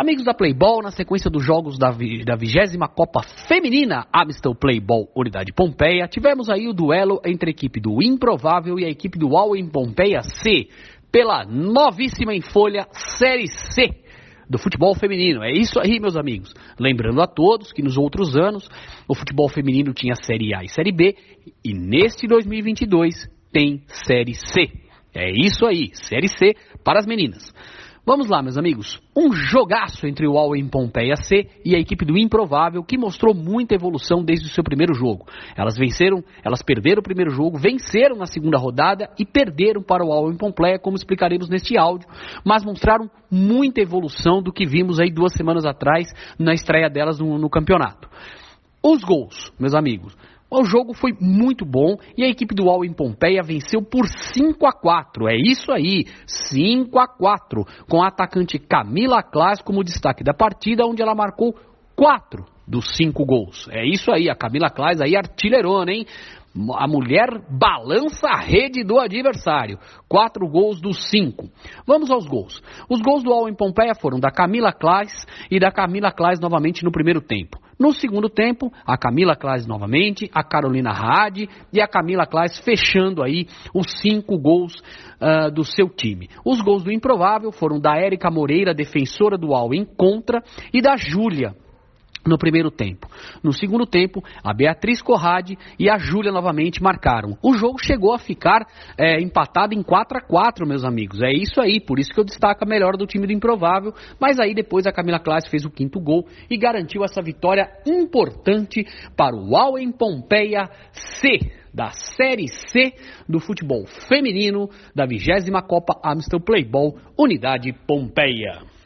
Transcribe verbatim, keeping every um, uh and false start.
Amigos da Playball, na sequência dos jogos da, vi, da vigésima Copa Feminina Amistel Playball Unidade Pompeia, tivemos aí o duelo entre a equipe do Improvável e a equipe do Alwayn Pompeia C, pela novíssima em folha Série C do futebol feminino. É isso aí, meus amigos. Lembrando a todos que nos outros anos o futebol feminino tinha Série A e Série B, e neste dois mil e vinte e dois tem Série C. É isso aí, Série C para as meninas. Vamos lá, meus amigos, um jogaço entre o Alwayn Pompeia C e a equipe do Improvável, que mostrou muita evolução desde o seu primeiro jogo. Elas venceram, elas perderam o primeiro jogo, venceram na segunda rodada e perderam para o Alwayn Pompeia, como explicaremos neste áudio, mas mostraram muita evolução do que vimos aí duas semanas atrás na estreia delas no, no campeonato. Os gols, meus amigos. O jogo foi muito bom e a equipe do Alwayn Pompeia venceu por cinco a quatro. É isso aí, cinco a quatro, com a atacante Camila Klaas como destaque da partida, onde ela marcou quatro dos cinco gols. É isso aí, a Camila Klaas aí artilheirona, hein? A mulher balança a rede do adversário. Quatro gols dos cinco. Vamos aos gols. Os gols do Alwayn Pompeia foram da Camila Klaas e da Camila Klaas novamente no primeiro tempo. No segundo tempo, a Camila Klaas novamente, a Carolina Haad e a Camila Klaas fechando aí os cinco gols uh, do seu time. Os gols do Improvável foram da Érica Moreira, defensora do Alwayn, contra, e da Júlia no primeiro tempo. No segundo tempo, a Beatriz Corrade e a Júlia novamente marcaram. O jogo chegou a ficar é, empatado em quatro a quatro, meus amigos. É isso aí, por isso que eu destaco a melhora do time do Improvável, mas aí depois a Camila Klaas fez o quinto gol e garantiu essa vitória importante para o Alwayn Pompeia C, da Série C do futebol feminino da vigésima Copa Amistel Playball Unidade Pompeia.